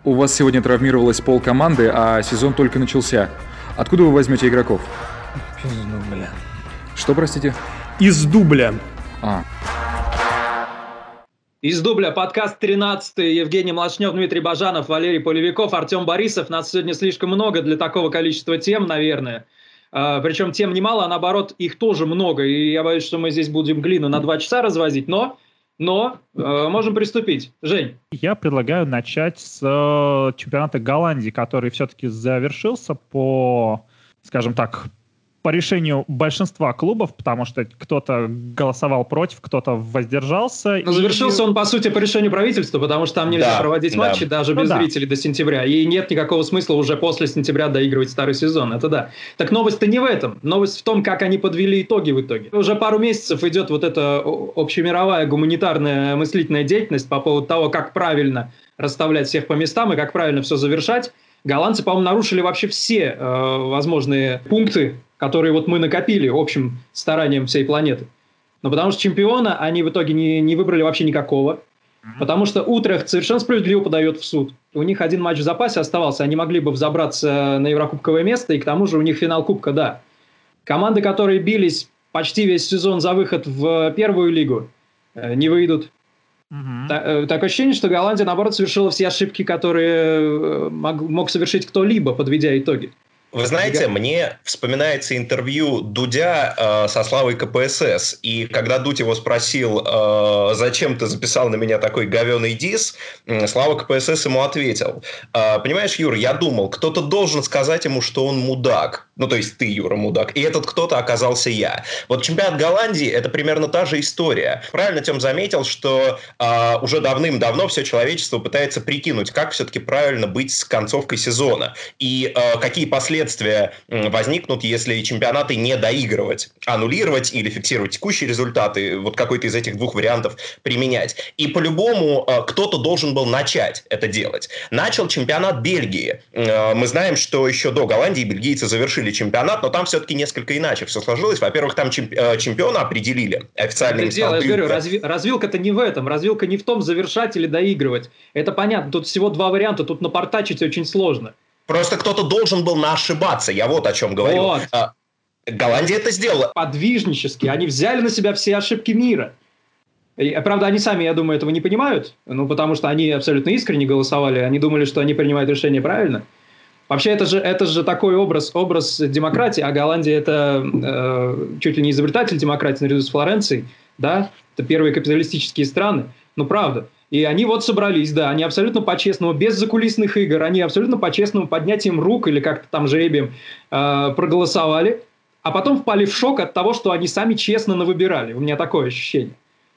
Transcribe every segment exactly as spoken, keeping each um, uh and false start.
У вас сегодня травмировалась полкоманды, а сезон только начался. Откуда вы возьмете игроков? Из дубля. Что, простите? Из дубля. А. Из дубля. Подкаст тринадцатый. Евгений Млашнев, Дмитрий Бажанов, Валерий Полевиков, Артем Борисов. Нас сегодня слишком много для такого количества тем, наверное. А, причем тем немало, а наоборот, их тоже много. И я боюсь, что мы здесь будем глину на два часа развозить, но... Но э, можем приступить. Жень. Я предлагаю начать с э, чемпионата Голландии, который все-таки завершился по, скажем так, по решению большинства клубов, потому что кто-то голосовал против, кто-то воздержался. Но и... завершился он, по сути, по решению правительства, потому что там нельзя да, проводить да. матчи даже ну, без да. зрителей до сентября. И нет никакого смысла уже после сентября доигрывать старый сезон. Это да. Так новость-то не в этом. Новость в том, как они подвели итоги в итоге. Уже пару месяцев идет вот эта общемировая гуманитарная мыслительная деятельность по поводу того, как правильно расставлять всех по местам и как правильно все завершать. Голландцы, по-моему, нарушили вообще все э, возможные пункты, которые вот мы накопили общим старанием всей планеты. Но потому что чемпиона они в итоге не, не выбрали вообще никакого. Mm-hmm. Потому что Утрехт совершенно справедливо подает в суд. У них один матч в запасе оставался. Они могли бы взобраться на еврокубковое место. И к тому же у них финал кубка, да. Команды, которые бились почти весь сезон за выход в первую лигу, э, не выйдут. Mm-hmm. Так, э, такое ощущение, что Голландия, наоборот, совершила все ошибки, которые мог, мог совершить кто-либо, подведя итоги. Вы знаете, Я... мне вспоминается интервью Дудя э, со Славой КПСС, и когда Дудь его спросил, э, зачем ты записал на меня такой говёный дис, э, Слава КПСС ему ответил, э, понимаешь, Юр, я думал, кто-то должен сказать ему, что он мудак, ну то есть ты, Юра, мудак, и этот кто-то оказался я. Вот чемпионат Голландии – это примерно та же история. Правильно Тём заметил, что э, уже давным-давно все человечество пытается прикинуть, как все-таки правильно быть с концовкой сезона, и э, какие последствия возникнут, если чемпионаты не доигрывать, аннулировать или фиксировать текущие результаты, вот какой-то из этих двух вариантов применять. И по-любому кто-то должен был начать это делать. Начал чемпионат Бельгии. Мы знаем, что еще до Голландии бельгийцы завершили чемпионат, но там все-таки несколько иначе все сложилось. Во-первых, там чемпиона определили официально. Это дело, я говорю, разви- развилка-то не в этом. Развилка не в том, завершать или доигрывать. Это понятно. Тут всего два варианта. Тут напортачить очень сложно. Просто кто-то должен был наошибаться. Я вот о чем говорю. Вот. А, Голландия это сделала. Подвижнически. Они взяли на себя все ошибки мира. И, правда, они сами, я думаю, этого не понимают. Ну, потому что они абсолютно искренне голосовали. Они думали, что они принимают решение правильно. Вообще, это же, это же такой образ, образ демократии. А Голландия – это э, чуть ли не изобретатель демократии наряду с Флоренцией. Да? Это первые капиталистические страны. Ну, правда. И они вот собрались, да, они абсолютно по-честному, без закулисных игр, они абсолютно по-честному поднятием рук или как-то там жребием э, проголосовали, а потом впали в шок от того, что они сами честно навыбирали. У меня такое ощущение.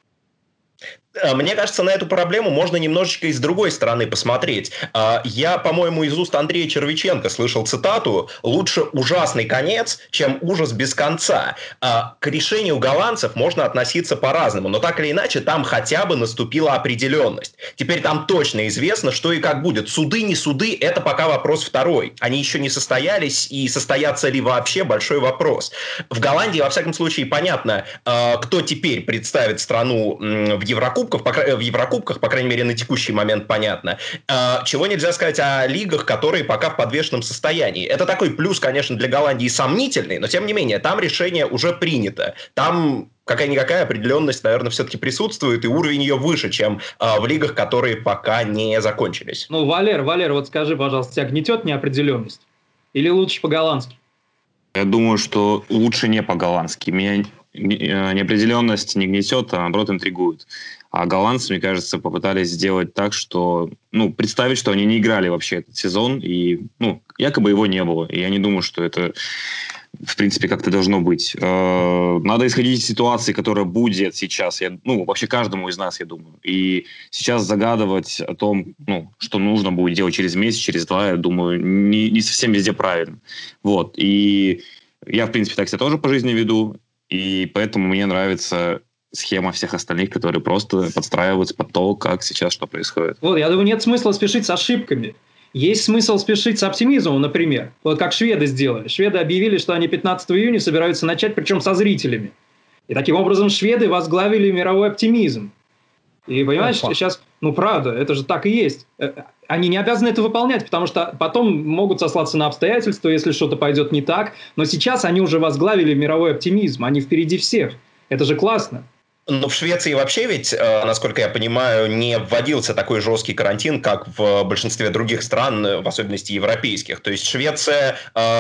Мне кажется, на эту проблему можно немножечко и с другой стороны посмотреть. Я, по-моему, из уст Андрея Червиченко слышал цитату «Лучше ужасный конец, чем ужас без конца». К решению голландцев можно относиться по-разному, но так или иначе там хотя бы наступила определенность. Теперь там точно известно, что и как будет. Суды, не суды – это пока вопрос второй. Они еще не состоялись, и состоятся ли вообще – большой вопрос. В Голландии, во всяком случае, понятно, кто теперь представит страну в Еврокубке, в Еврокубках, по крайней мере, на текущий момент понятно. Чего нельзя сказать о лигах, которые пока в подвешенном состоянии. Это такой плюс, конечно, для Голландии сомнительный, но, тем не менее, там решение уже принято. Там какая-никакая определенность, наверное, все-таки присутствует, и уровень ее выше, чем в лигах, которые пока не закончились. Ну, Валер, Валер, вот скажи, пожалуйста, тебя гнетет неопределенность? Или лучше по-голландски? Я думаю, что лучше не по-голландски. Меня неопределенность не гнетет, а наоборот интригует. А голландцы, мне кажется, попытались сделать так, что, ну, представить, что они не играли вообще этот сезон, и, ну, якобы его не было. И я не думаю, что это, в принципе, как-то должно быть. Надо исходить из ситуации, которая будет сейчас, я, ну, вообще каждому из нас, я думаю. И сейчас загадывать о том, ну, что нужно будет делать через месяц, через два, я думаю, не, не совсем везде правильно. Вот. И я, в принципе, так себя тоже по жизни веду, и поэтому мне нравится схема всех остальных, которые просто подстраиваются под то, как сейчас что происходит. Вот, я думаю, нет смысла спешить с ошибками. Есть смысл спешить с оптимизмом, например. Вот как шведы сделали. Шведы объявили, что они пятнадцатого июня собираются начать, причем со зрителями. И таким образом шведы возглавили мировой оптимизм. И, понимаешь, Опа. сейчас, ну, правда, это же так и есть. Они не обязаны это выполнять, потому что потом могут сослаться на обстоятельства, если что-то пойдет не так. Но сейчас они уже возглавили мировой оптимизм, они впереди всех. Это же классно. Но в Швеции вообще ведь, насколько я понимаю, не вводился такой жесткий карантин, как в большинстве других стран, в особенности европейских. То есть Швеция,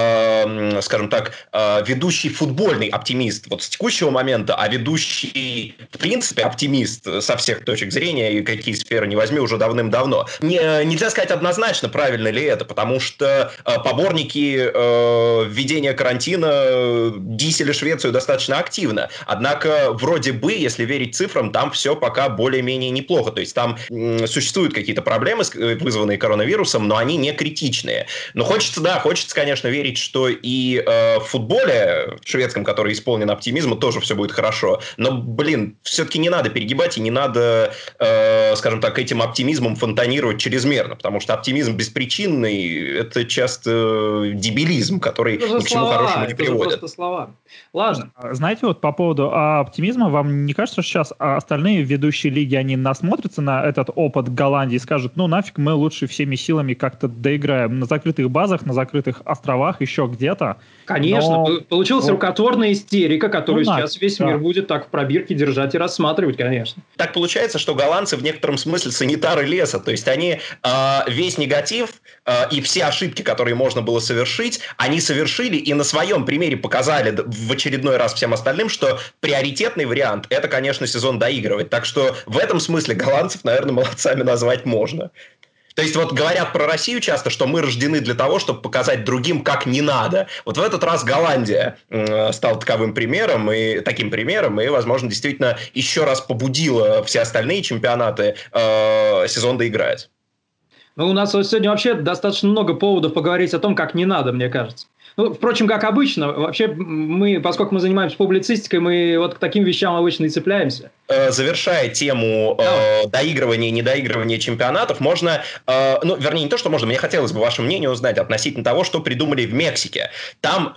э, скажем так, э, ведущий футбольный оптимист вот с текущего момента, а ведущий, в принципе, оптимист со всех точек зрения, и какие сферы не возьми, уже давным-давно. Не, нельзя сказать однозначно, правильно ли это, потому что э, поборники э, введения карантина дисели Швецию достаточно активно. Однако, вроде бы, если верить цифрам, там все пока более-менее неплохо. То есть там м, существуют какие-то проблемы, вызванные коронавирусом, но они не критичные. Но хочется, да, хочется, конечно, верить, что и э, в футболе шведском, который исполнен оптимизма, тоже все будет хорошо. Но, блин, все-таки не надо перегибать и не надо, э, скажем так, этим оптимизмом фонтанировать чрезмерно, потому что оптимизм беспричинный – это часто дебилизм, который ни к чему хорошему не приводит. Это просто слова. Ладно. Знаете, вот по поводу оптимизма, вам не кажется, что сейчас остальные ведущие лиги, они насмотрятся на этот опыт Голландии и скажут, ну нафиг, мы лучше всеми силами как-то доиграем на закрытых базах, на закрытых островах, еще где-то. Конечно, но... получилась вот. рукотворная истерика, которую ну, сейчас весь да. мир будет так в пробирке держать и рассматривать, конечно. Так получается, что голландцы в некотором смысле санитары леса, то есть они э, весь негатив э, и все ошибки, которые можно было совершить, они совершили и на своем примере показали в очередной раз всем остальным, что приоритетный вариант – это, конечно, сезон доигрывать. Так что в этом смысле голландцев, наверное, молодцами назвать можно. То есть вот говорят про Россию часто, что мы рождены для того, чтобы показать другим, как не надо. Вот в этот раз Голландия э, стала таковым примером и таким примером, и, возможно, действительно еще раз побудила все остальные чемпионаты э, сезон доиграть. Ну, у нас сегодня вообще достаточно много поводов поговорить о том, как не надо, мне кажется. Ну, впрочем, как обычно, вообще мы, поскольку мы занимаемся публицистикой, мы вот к таким вещам обычно и цепляемся. Завершая тему э, доигрывания и недоигрывания чемпионатов, можно, э, ну, вернее, не то, что можно, мне хотелось бы ваше мнение узнать относительно того, что придумали в Мексике. Там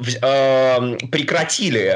э, прекратили,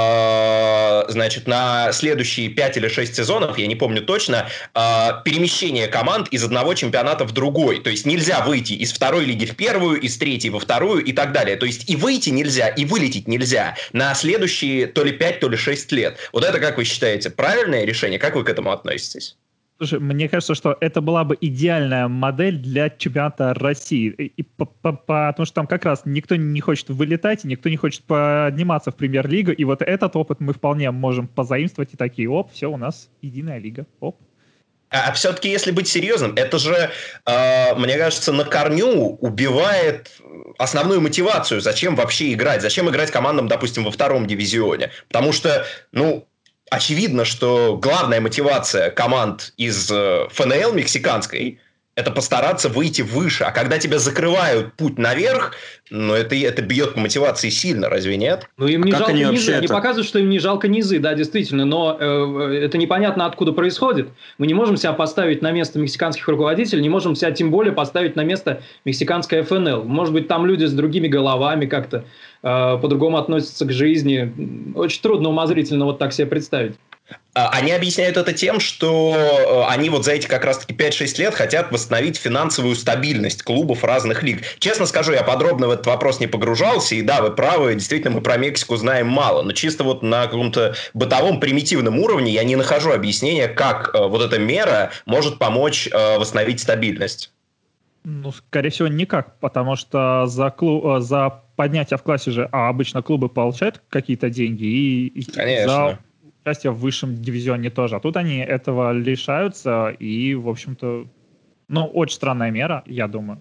э, значит, на следующие пять или шесть сезонов, я не помню точно, э, перемещение команд из одного чемпионата в другой. То есть нельзя выйти из второй лиги в первую, из третьей во вторую и так далее. То есть и выйти нельзя, и вылететь нельзя на следующие то ли пять, то ли шесть лет. Вот это, как вы считаете, правильное решение? Как вы к этому относитесь? Слушай, мне кажется, что это была бы идеальная модель для чемпионата России. И по, по, потому что там как раз никто не хочет вылетать, никто не хочет подниматься в премьер-лигу. И вот этот опыт мы вполне можем позаимствовать. И такие, оп, все, у нас единая лига. Оп. А все-таки, если быть серьезным, это же, э, мне кажется, на корню убивает основную мотивацию, зачем вообще играть, зачем играть командам, допустим, во втором дивизионе. Потому что, ну, очевидно, что главная мотивация команд из э, эф эн эл мексиканской – это постараться выйти выше. А когда тебя закрывают путь наверх, ну, это, это бьет по мотивации сильно, разве нет? Ну, им не а жалко они низы. Они это... показывают, что им не жалко низы, да, действительно. Но э, это непонятно, откуда происходит. Мы не можем себя поставить на место мексиканских руководителей, не можем себя тем более поставить на место мексиканской эф эн эл. Может быть, там люди с другими головами как-то э, по-другому относятся к жизни. Очень трудно умозрительно вот так себе представить. Они объясняют это тем, что они вот за эти как раз-таки пять-шесть лет хотят восстановить финансовую стабильность клубов разных лиг. Честно скажу, я подробно в этот вопрос не погружался, и да, вы правы, действительно, мы про Мексику знаем мало, но чисто вот на каком-то бытовом примитивном уровне я не нахожу объяснения, как вот эта мера может помочь восстановить стабильность. Ну, скорее всего, никак, потому что за, клуб, за поднятие в классе же а обычно клубы получают какие-то деньги, и Конечно. за участие в высшем дивизионе тоже. А тут они этого лишаются, и, в общем-то, ну, очень странная мера, я думаю.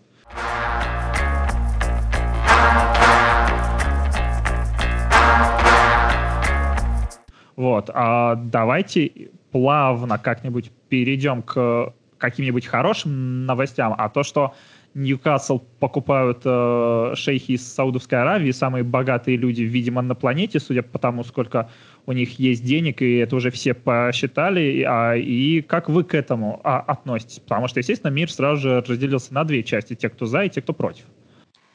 Вот, а давайте плавно как-нибудь перейдем к каким-нибудь хорошим новостям, а то, что Ньюкасл покупают э, шейхи из Саудовской Аравии, самые богатые люди, видимо, на планете, судя по тому, сколько у них есть денег, и это уже все посчитали. А, и как вы к этому а, относитесь? Потому что, естественно, мир сразу же разделился на две части. Те, кто за, и те, кто против.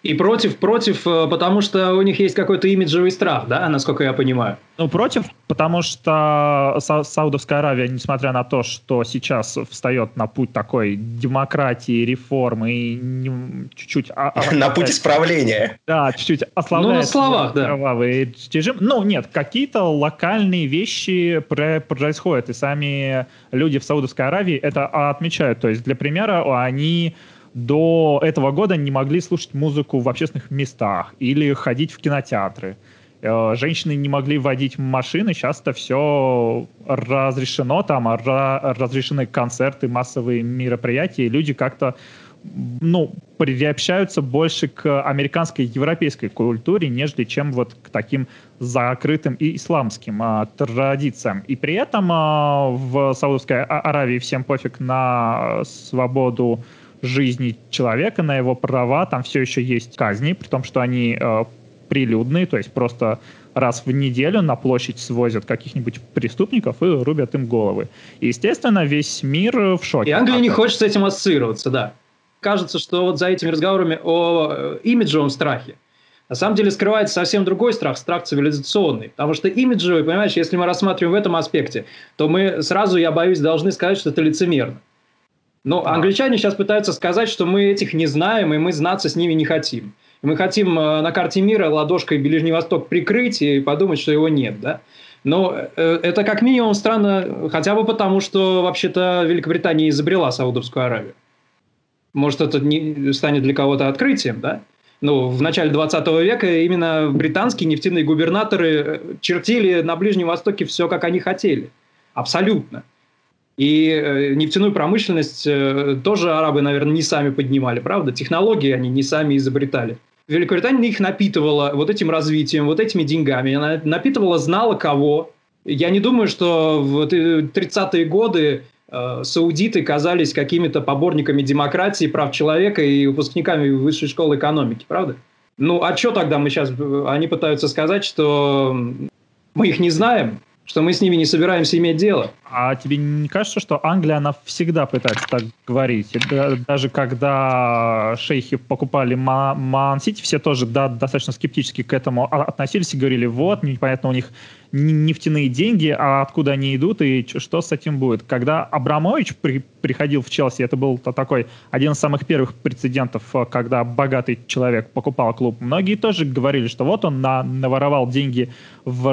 И против, против, потому что у них есть какой-то имиджевый страх, да, насколько я понимаю? Ну, против, потому что Са- Саудовская Аравия, несмотря на то, что сейчас встает на путь такой демократии, реформы и не, чуть-чуть... На путь исправления. Да, чуть-чуть ослабляет. Ну, на словах, да. Кровавый режим. Ну, нет, какие-то локальные вещи происходят, и сами люди в Саудовской Аравии это отмечают. То есть, для примера, они... до этого года не могли слушать музыку в общественных местах или ходить в кинотеатры. Женщины не могли водить машины, сейчас это все разрешено, там разрешены концерты, массовые мероприятия, и люди как-то ну, приобщаются больше к американской и европейской культуре, нежели чем вот к таким закрытым и исламским а, традициям. И при этом а, в Саудовской Аравии всем пофиг на свободу жизни человека, на его права, там все еще есть казни, при том, что они э, прилюдные, то есть просто раз в неделю на площадь свозят каких-нибудь преступников и рубят им головы. И, естественно, весь мир в шоке. И Англия не хочет с этим ассоциироваться, да. Кажется, что вот за этими разговорами о имиджевом страхе на самом деле скрывается совсем другой страх, страх цивилизационный. Потому что имиджевый, понимаешь, если мы рассматриваем в этом аспекте, то мы сразу, я боюсь, должны сказать, что это лицемерно. Но а. англичане сейчас пытаются сказать, что мы этих не знаем, и мы знаться с ними не хотим. Мы хотим на карте мира ладошкой Ближний Восток прикрыть и подумать, что его нет, да? Но это как минимум странно, хотя бы потому, что вообще-то Великобритания изобрела Саудовскую Аравию. Может, это не станет для кого-то открытием, да? Но в начале двадцатого века именно британские нефтяные губернаторы чертили на Ближнем Востоке все, как они хотели. Абсолютно. И нефтяную промышленность тоже арабы, наверное, не сами поднимали, правда? Технологии они не сами изобретали. Великобритания их напитывала вот этим развитием, вот этими деньгами. Она напитывала, знала кого. Я не думаю, что в тридцатые годы э, саудиты казались какими-то поборниками демократии, прав человека и выпускниками высшей школы экономики, правда? Ну, а что тогда мы сейчас... Они пытаются сказать, что мы их не знаем, что мы с ними не собираемся иметь дело. А тебе не кажется, что Англия, она всегда пытается так говорить? Даже когда шейхи покупали Ман-Сити, все тоже да, достаточно скептически к этому относились и говорили, вот, непонятно, у них нефтяные деньги, а откуда они идут и что с этим будет. Когда Абрамович при, приходил в Челси, это был такой один из самых первых прецедентов, когда богатый человек покупал клуб, многие тоже говорили, что вот он на, наворовал деньги в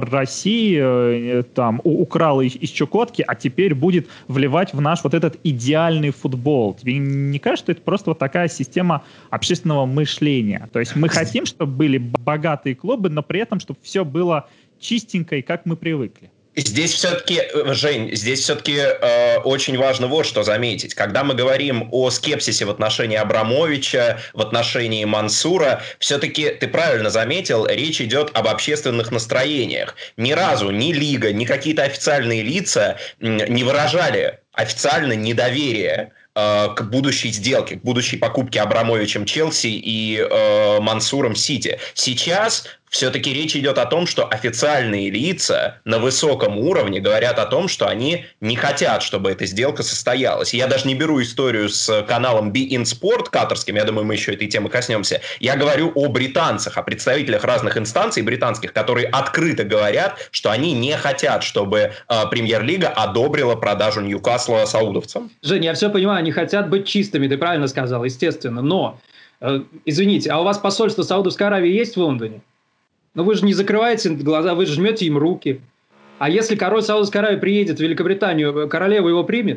России, там, украл из, из Чукотки, а теперь будет вливать в наш вот этот идеальный футбол. Тебе не кажется, что это просто вот такая система общественного мышления? То есть мы хотим, чтобы были богатые клубы, но при этом, чтобы все было чистенько и как мы привыкли. Здесь все-таки, Жень, здесь все-таки э, очень важно вот что заметить. Когда мы говорим о скепсисе в отношении Абрамовича, в отношении Мансура, все-таки, ты правильно заметил, речь идет об общественных настроениях. Ни разу ни Лига, ни какие-то официальные лица не выражали официально недоверие э, к будущей сделке, к будущей покупке Абрамовичем Челси и э, Мансуром Сити. Сейчас все-таки речь идет о том, что официальные лица на высоком уровне говорят о том, что они не хотят, чтобы эта сделка состоялась. Я даже не беру историю с каналом Be In Sport катарским, я думаю, мы еще этой темы коснемся. Я говорю о британцах, о представителях разных инстанций британских, которые открыто говорят, что они не хотят, чтобы э, Премьер-лига одобрила продажу Ньюкасла саудовцам. Жень, я все понимаю, они хотят быть чистыми, ты правильно сказал, естественно, но, э, извините, а у вас посольство Саудовской Аравии есть в Лондоне? Но вы же не закрываете глаза, вы же жмете им руки. А если король Саудовской Аравии приедет в Великобританию, королева его примет?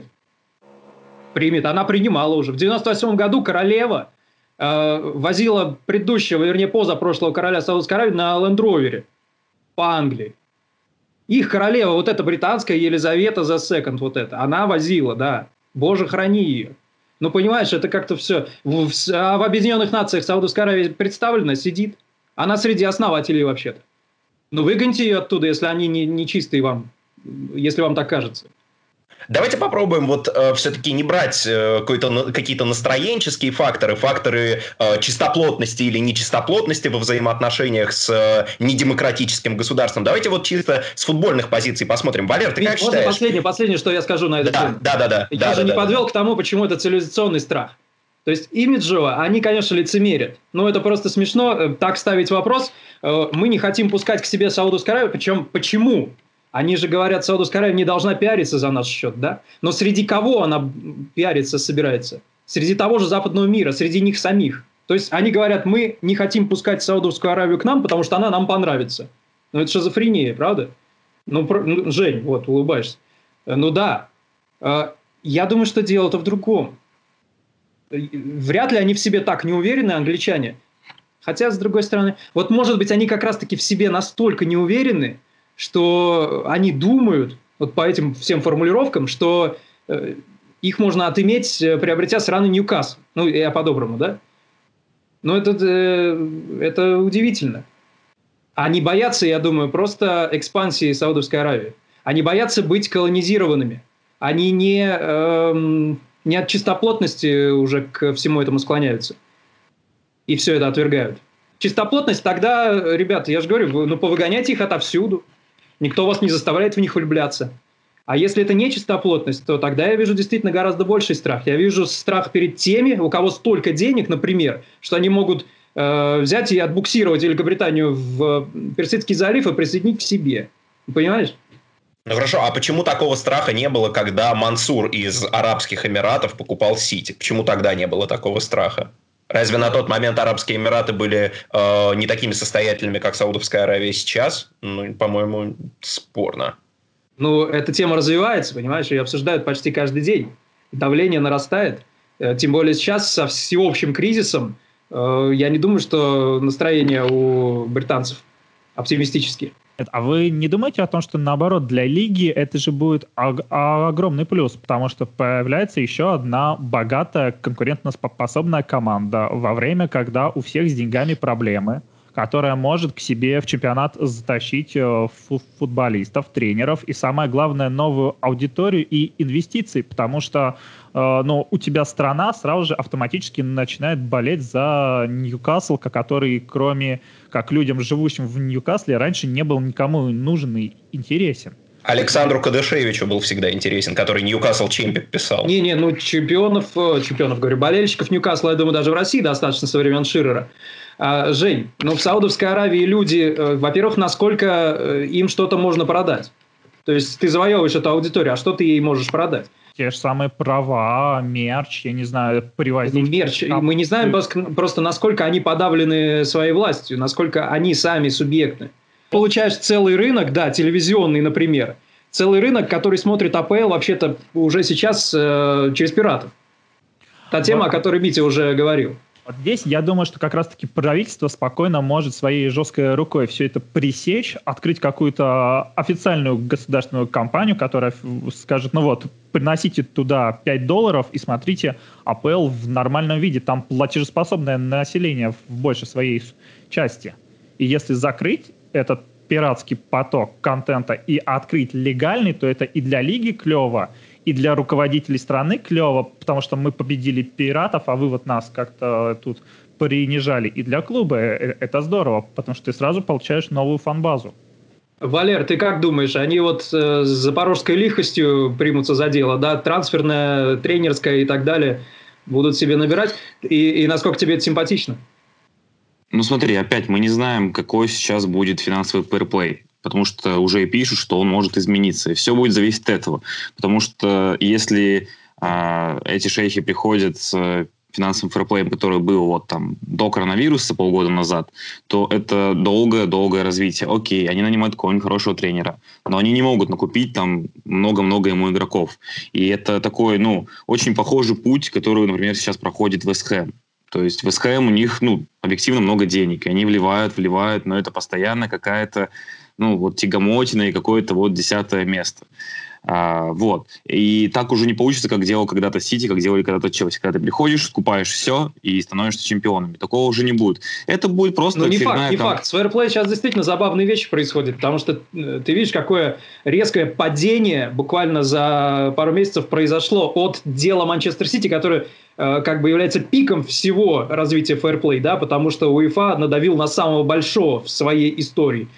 Примет. Она принимала уже. В девяносто восьмом году королева э, возила предыдущего, вернее, позапрошлого короля Саудовской Аравии на лендровере по Англии. Их королева, вот эта британская Елизавета зе Секонд, вот эта, она возила, да. Боже, храни ее. Ну, понимаешь, это как-то все... В, а в Объединенных Нациях Саудовская Аравия представлена, сидит. Она среди основателей вообще-то. Ну, выгоните ее оттуда, если они не, не чистые вам, если вам так кажется. Давайте попробуем вот э, все-таки не брать э, какие-то настроенческие факторы, факторы э, чистоплотности или нечистоплотности во взаимоотношениях с э, недемократическим государством. Давайте вот чисто с футбольных позиций посмотрим. Валер, ты как считаешь? Последнее, последнее, что я скажу на эту да, тему. Да, да, да. Я да, же да, не да, подвел да. к тому, почему это цивилизационный страх. То есть имиджево они, конечно, лицемерят. Но это просто смешно так ставить вопрос. Мы не хотим пускать к себе Саудовскую Аравию. Причем почему? Они же говорят, Саудовская Аравия не должна пиариться за наш счет, да? Но среди кого она пиариться собирается? Среди того же западного мира, среди них самих. То есть они говорят, мы не хотим пускать Саудовскую Аравию к нам, потому что она нам понравится. Ну это шизофрения, правда? Ну, про... ну Жень, вот, улыбаешься. Ну да. Я думаю, что дело-то в другом. Вряд ли они в себе так не уверены, англичане. Хотя, с другой стороны, вот может быть, они как раз-таки в себе настолько не уверены, что они думают, вот по этим всем формулировкам, что э, их можно отыметь, приобретя сраный Ньюкасл. Ну, я по-доброму, да? Но это, э, это удивительно. Они боятся, я думаю, просто экспансии Саудовской Аравии. Они боятся быть колонизированными. Они не, э, не от чистоплотности уже к всему этому склоняются. И все это отвергают. Чистоплотность тогда, ребята, я же говорю, вы, ну, повыгоняйте их отовсюду. Никто вас не заставляет в них влюбляться. А если это не чистоплотность, то тогда я вижу действительно гораздо больший страх. Я вижу страх перед теми, у кого столько денег, например, что они могут э, взять и отбуксировать Великобританию в Персидский залив и присоединить к себе. Понимаешь? Ну хорошо, а почему такого страха не было, когда Мансур из Арабских Эмиратов покупал Сити? Почему тогда не было такого страха? Разве на тот момент Арабские Эмираты были э, не такими состоятельными, как Саудовская Аравия сейчас? Ну, по-моему, спорно. Ну, эта тема развивается, понимаешь, ее обсуждают почти каждый день. Давление нарастает. Тем более сейчас со всеобщим кризисом э, я не думаю, что настроения у британцев оптимистические. А вы не думаете о том, что наоборот для лиги это же будет ог- огромный плюс, потому что появляется еще одна богатая конкурентоспособная команда во время, когда у всех с деньгами проблемы, которая может к себе в чемпионат затащить фу- футболистов, тренеров и, самое главное, новую аудиторию и инвестиции, потому что э, ну, у тебя страна сразу же автоматически начинает болеть за Ньюкасл, который, кроме как людям, живущим в Ньюкасле, раньше не был никому нужен и интересен. Александру Кадышевичу был всегда интересен, который Ньюкасл Чемпион писал. Не-не, ну чемпионов, чемпионов, говорю, болельщиков Ньюкасла, я думаю, даже в России достаточно со времен Ширера. А, Жень, ну в Саудовской Аравии люди, во-первых, насколько им что-то можно продать? То есть ты завоевываешь эту аудиторию, а что ты ей можешь продать? Те же самые права, мерч, я не знаю, привозить. Ну, мерч. Мы не знаем просто, насколько они подавлены своей властью, насколько они сами субъектны. Получаешь целый рынок, да, телевизионный, например. Целый рынок, который смотрит АПЛ вообще-то уже сейчас э, через пиратов. Та тема, вот. О которой Митя уже говорил. Вот здесь я думаю, что как раз-таки правительство спокойно может своей жесткой рукой все это пресечь, открыть какую-то официальную государственную компанию, которая скажет, ну вот, приносите туда пять долларов и смотрите АПЛ в нормальном виде. Там платежеспособное население в большей своей части. И если закрыть этот пиратский поток контента и открыть легальный, то это и для лиги клево, и для руководителей страны клево, потому что мы победили пиратов, а вы вот нас как-то тут принижали. И для клуба это здорово, потому что ты сразу получаешь новую фан-базу. Валер, ты как думаешь, они вот э, с запорожской лихостью примутся за дело, да, трансферная, тренерская и так далее, будут себе набирать? И, и насколько тебе это симпатично? Ну смотри, опять мы не знаем, какой сейчас будет финансовый фэрплей. Потому что уже и пишут, что он может измениться. И все будет зависеть от этого. Потому что если э, эти шейхи приходят с финансовым фэрплеем, который был вот там до коронавируса полгода назад, то это долгое-долгое развитие. Окей, они нанимают какого-нибудь хорошего тренера, но они не могут накупить там много-много ему игроков. И это такой, ну, очень похожий путь, который, например, сейчас проходит Вест Хэм. То есть Вест Хэм у них, ну, объективно много денег. И они вливают, вливают, но это постоянно какая-то ну, вот тягомотина и какое-то вот десятое место. А, вот. И так уже не получится, как делал когда-то Сити, как делали когда-то Челси. Когда ты приходишь, скупаешь все и становишься чемпионами. Такого уже не будет. Это будет просто... Ну, не факт, не там... факт. С фэрплей сейчас действительно забавные вещи происходят, потому что ты видишь, какое резкое падение буквально за пару месяцев произошло от дела Манчестер Сити, которое э, как бы является пиком всего развития фэрплей, да, потому что УЕФА надавил на самого большого в своей истории.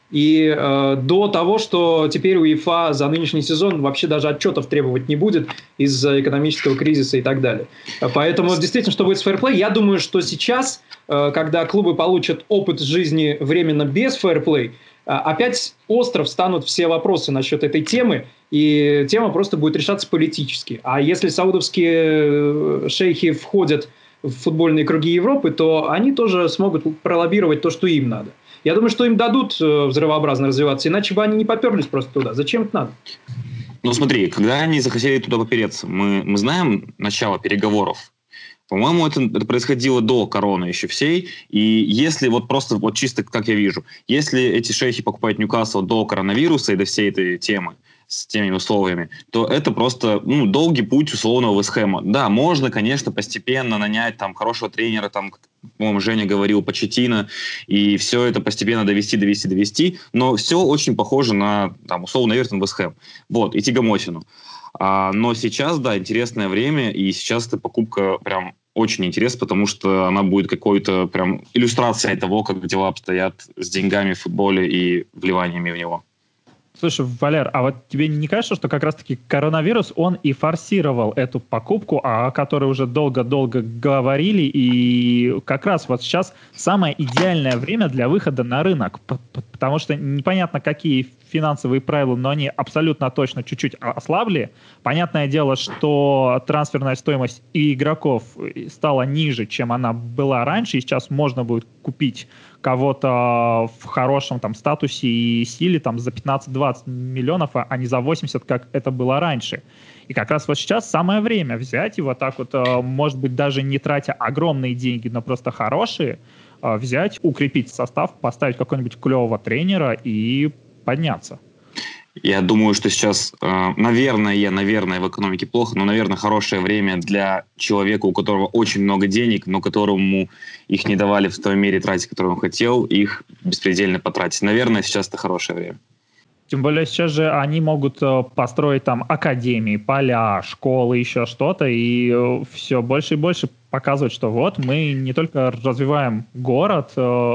и э, до того, что теперь УЕФА за нынешний сезон вообще даже отчетов требовать не будет из-за экономического кризиса и так далее. Поэтому действительно, что будет с фэрплей, я думаю, что сейчас, э, когда клубы получат опыт жизни временно без фэрплей, э, опять остро встанут все вопросы насчет этой темы, и тема просто будет решаться политически. А если саудовские шейхи входят в футбольные круги Европы, то они тоже смогут пролоббировать то, что им надо. Я думаю, что им дадут взрывообразно развиваться, иначе бы они не поперлись просто туда. Зачем это надо? Ну смотри, когда они захотели туда попереться, мы, мы знаем начало переговоров. По-моему, это, это происходило до короны еще всей. И если вот просто, вот чисто как я вижу, если эти шейхи покупают Ньюкасл до коронавируса и до всей этой темы, с теми условиями, то это просто ну, долгий путь условного Вест Хэма. Да, можно, конечно, постепенно нанять там хорошего тренера, там, по-моему, Женя говорил, Почеттино, и все это постепенно довести, довести, довести, но все очень похоже на, там, условно, Эвертон, Вест Хэм. Вот, и Тягомотину. А, но сейчас, да, интересное время, и сейчас эта покупка прям очень интересна, потому что она будет какой-то прям иллюстрацией того, как дела обстоят с деньгами в футболе и вливаниями в него. Слушай, Валер, а вот тебе не кажется, что как раз-таки коронавирус, он и форсировал эту покупку, о которой уже долго-долго говорили, и как раз вот сейчас самое идеальное время для выхода на рынок, потому что непонятно, какие финансовые правила, но они абсолютно точно чуть-чуть ослабли. Понятное дело, что трансферная стоимость и игроков стала ниже, чем она была раньше, и сейчас можно будет купить кого-то в хорошем там статусе и силе там за пятнадцать-двадцать миллионов, а не за восемьдесят, как это было раньше. И как раз вот сейчас самое время взять и вот так вот, может быть, даже не тратя огромные деньги, но просто хорошие, взять, укрепить состав, поставить какого-нибудь клевого тренера и подняться. Я думаю, что сейчас, наверное, наверное, в экономике плохо, но, наверное, хорошее время для человека, у которого очень много денег, но которому их не давали в той мере тратить, которую он хотел, их беспредельно потратить. Наверное, сейчас это хорошее время. Тем более сейчас же они могут построить там академии, поля, школы, еще что-то, и все больше и больше показывать, что вот мы не только развиваем город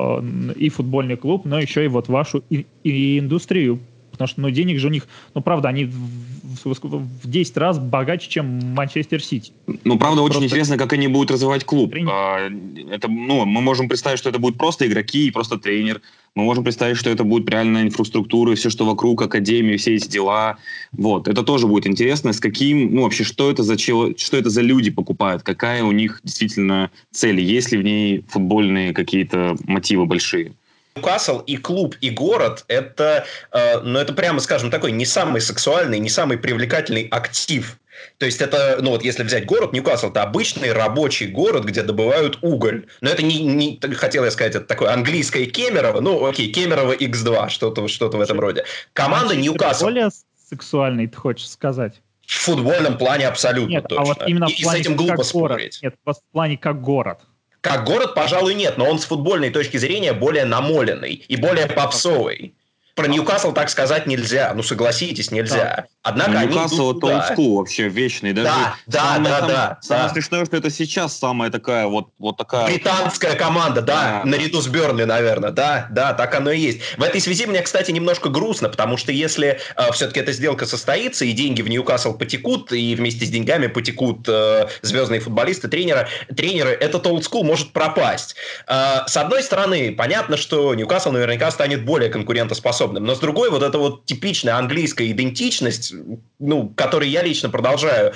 и футбольный клуб, но еще и вот вашу и, и индустрию. Потому что ну, денег же у них, ну, правда, они в, в, в десять раз богаче, чем Манчестер Сити. Ну, правда, очень просто... интересно, как они будут развивать клуб. А, это, ну, мы можем представить, что это будут просто игроки и просто тренер. Мы можем представить, что это будет реальная инфраструктура, все, что вокруг, академии, все эти дела. Вот. Это тоже будет интересно, с каким, ну, вообще, что это за, что это за люди покупают, какая у них действительно цель, есть ли в ней футбольные какие-то мотивы большие. Ньюкасл и клуб, и город – это, э, ну, это прямо, скажем, такой не самый сексуальный, не самый привлекательный актив. То есть это, ну вот если взять город, Ньюкасл – это обычный рабочий город, где добывают уголь. Но это не, не хотел я сказать, это такое английское Кемерово, ну окей, Кемерово икс два, что-то, что-то в этом роде. Команда Ньюкасл… Более сексуальный, ты хочешь сказать? В футбольном плане абсолютно Нет, точно. А вот именно и, в плане и с этим глупо как спорить. Город. Нет, в плане как город. Как город, пожалуй, нет, но он с футбольной точки зрения более намоленный и более попсовый. Про Ньюкасл так сказать нельзя, ну согласитесь, нельзя. Да. Однако они Ньюкасл это олдскул вообще вечный. Даже да, да, самое, да, там, да. Самое да. смешное, что это сейчас самая такая вот, вот такая... Британская команда, да, да, наряду с Бернли, наверное, да, да, так оно и есть. В этой связи мне, кстати, немножко грустно, потому что если э, все-таки эта сделка состоится, и деньги в Ньюкасл потекут, и вместе с деньгами потекут э, звездные футболисты, тренеры, тренеры, этот олдскул может пропасть. Э, с одной стороны, понятно, что Ньюкасл наверняка станет более конкурентоспособным, но с другой, вот эта вот типичная английская идентичность, ну, которой я лично продолжаю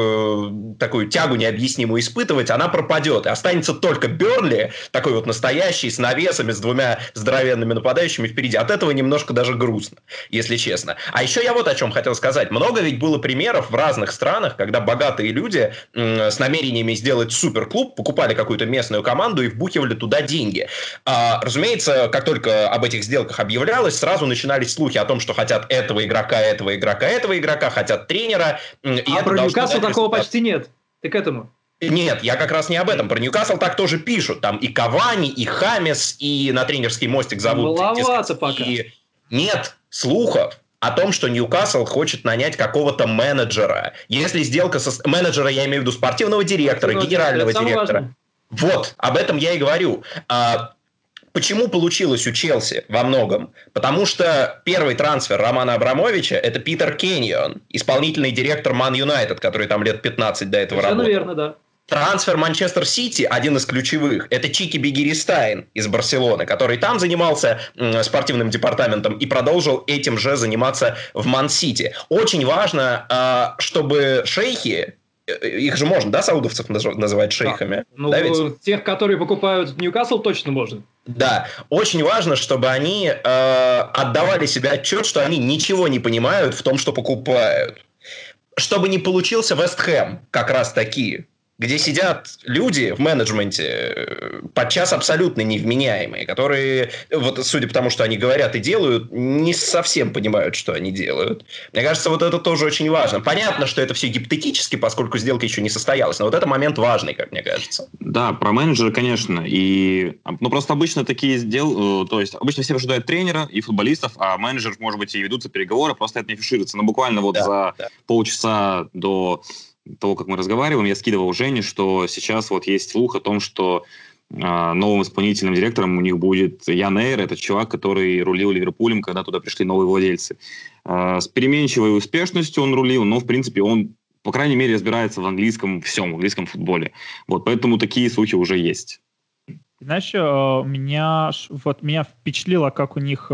некую такую тягу необъяснимую испытывать, она пропадет. И останется только Бернли, такой вот настоящий, с навесами, с двумя здоровенными нападающими впереди. От этого немножко даже грустно, если честно. А еще я вот о чем хотел сказать. Много ведь было примеров в разных странах, когда богатые люди м- с намерениями сделать суперклуб покупали какую-то местную команду и вбухивали туда деньги. А, разумеется, как только об этих сделках объявлялось, сразу начинались слухи о том, что хотят этого игрока, этого игрока, этого игрока, хотят тренера. И а про Ньюкасл такого почти нет. Ты к этому? Нет, я как раз не об этом. Про Ньюкасл так тоже пишут. Там и Кавани, и Хамес, и на тренерский мостик зовут. Маловато пока. И... Нет слухов о том, что Ньюкасл хочет нанять какого-то менеджера. Если сделка со... Менеджера, я имею в виду спортивного директора, спортивного генерального директора. Вот, об этом я и говорю. Почему получилось у Челси во многом? Потому что первый трансфер Романа Абрамовича – это Питер Кеннион, исполнительный директор Ман Юнайтед, который там лет пятнадцать до этого Совершенно работал. верно, да. Трансфер Манчестер Сити, один из ключевых, это Чики Бигеристайн из Барселоны, который там занимался м, спортивным департаментом и продолжил этим же заниматься в Ман-Сити. Очень важно, э, чтобы шейхи, их же можно, да, саудовцев называть шейхами? Да. Ну, да, ведь? Тех, которые покупают Ньюкасл, точно можно. Да, очень важно, чтобы они э, отдавали себе отчет, что они ничего не понимают в том, что покупают. Чтобы не получился Вест Хэм, как раз такие, где сидят люди в менеджменте, подчас абсолютно невменяемые, которые, вот судя по тому, что они говорят и делают, не совсем понимают, что они делают. Мне кажется, вот это тоже очень важно. Понятно, что это все гипотетически, поскольку сделка еще не состоялась, но вот это момент важный, как мне кажется. Да, про менеджера, конечно. И, ну, просто обычно такие дел, то есть обычно все ожидают тренера и футболистов, а менеджер, может быть, и ведутся переговоры, просто это не афишируется. Но буквально вот да, за да. полчаса до того, как мы разговариваем, я скидывал Жене, что сейчас вот есть слух о том, что э, новым исполнительным директором у них будет Ян Эйр, это чувак, который рулил Ливерпулем, когда туда пришли новые владельцы. Э, с переменчивой успешностью он рулил, но, в принципе, он, по крайней мере, разбирается в английском всем, в английском футболе. Вот, поэтому такие слухи уже есть. Знаешь, меня, вот, меня впечатлило, как у них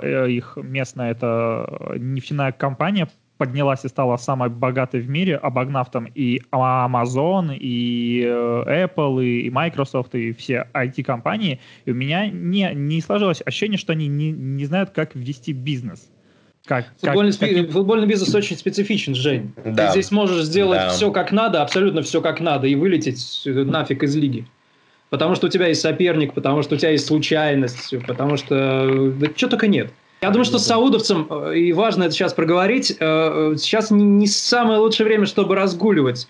их местная эта нефтяная компания поднялась и стала самой богатой в мире, обогнав там и Amazon, и Apple, и Microsoft, и все ай ти-компании. И у меня не, не сложилось ощущение, что они не, не знают, как вести бизнес. Как, футбольный, как, спи- как... футбольный бизнес очень специфичен, Жень. Да. Ты здесь можешь сделать да. все как надо, абсолютно все как надо, и вылететь нафиг из лиги. Потому что у тебя есть соперник, потому что у тебя есть случайность, потому что... Да чего только нет. Я думаю, что с саудовцем, и важно это сейчас проговорить, сейчас не самое лучшее время, чтобы разгуливать,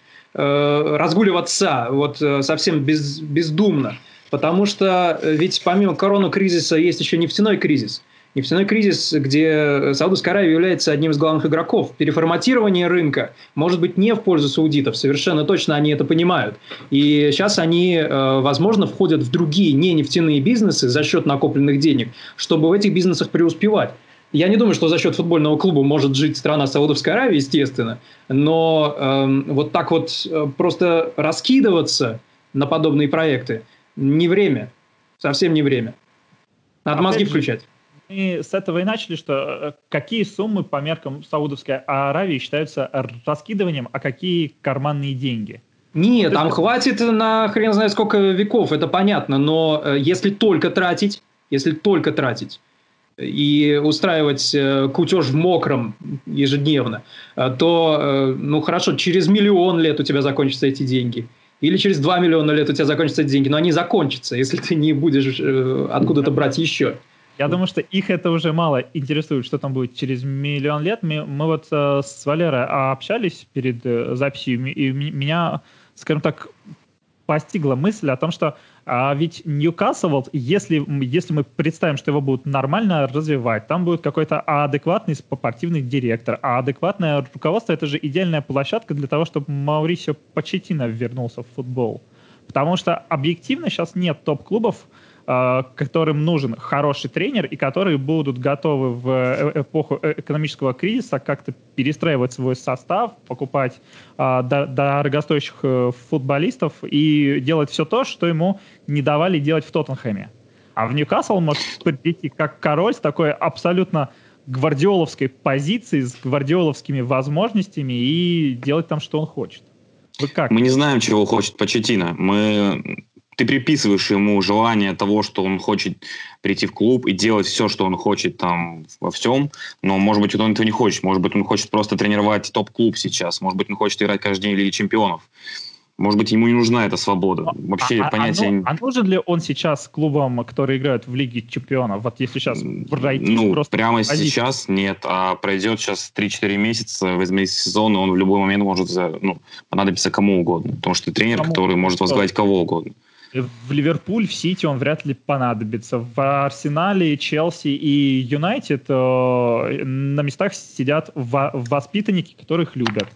разгуливаться вот совсем без, бездумно. Потому что ведь помимо коронакризиса есть еще нефтяной кризис. Нефтяной кризис, где Саудовская Аравия является одним из главных игроков. Переформатирование рынка может быть не в пользу саудитов. Совершенно точно они это понимают. И сейчас они, возможно, входят в другие не нефтяные бизнесы за счет накопленных денег, чтобы в этих бизнесах преуспевать. Я не думаю, что за счет футбольного клуба может жить страна Саудовской Аравии, естественно. Но э, вот так вот просто раскидываться на подобные проекты не время. Совсем не время. Надо Опять мозги же... включать. Мы с этого и начали, что какие суммы по меркам Саудовской Аравии считаются раскидыванием, а какие карманные деньги? Нет, там хватит на хрен знает сколько веков, это понятно, но если только тратить, если только тратить и устраивать кутеж в мокром ежедневно, то, ну хорошо, через миллион лет у тебя закончатся эти деньги. Или через два миллиона лет у тебя закончатся эти деньги, но они закончатся, если ты не будешь откуда-то брать еще. Я думаю, что их это уже мало интересует, что там будет через миллион лет. Мы, мы вот э, с Валерой общались перед э, записью, и меня, скажем так, постигла мысль о том, что а ведь Ньюкасл, вот, если, если мы представим, что его будут нормально развивать, там будет какой-то адекватный спортивный директор, а адекватное руководство — это же идеальная площадка для того, чтобы Маурисио Почеттино вернулся в футбол. Потому что объективно сейчас нет топ-клубов, которым нужен хороший тренер и которые будут готовы в эпоху экономического кризиса как-то перестраивать свой состав, покупать а, дорогостоящих футболистов и делать все то, что ему не давали делать в Тоттенхэме. А в Ньюкасл может прийти как король с такой абсолютно гвардиоловской позицией, с гвардиоловскими возможностями и делать там, что он хочет. Вы как? Мы не знаем, чего хочет Почеттино. Мы... Ты приписываешь ему желание того, что он хочет прийти в клуб и делать все, что он хочет там во всем, но, может быть, он этого не хочет. Может быть, он хочет просто тренировать топ-клуб сейчас. Может быть, он хочет играть каждый день в Лиге Чемпионов. Может быть, ему не нужна эта свобода. Вообще а, понятие... А, а нужен ли он сейчас клубам, которые играют в Лиге Чемпионов? Вот если сейчас пройти Ну, просто прямо позицию. сейчас нет. А пройдет сейчас три-четыре месяца, возьмет сезон, и он в любой момент может ну, понадобиться кому угодно. Потому что тренер, кому который может возглавить кого угодно. В Ливерпуль, в Сити он вряд ли понадобится. В Арсенале, Челси и Юнайтед э, на местах сидят во- воспитанники, которых любят.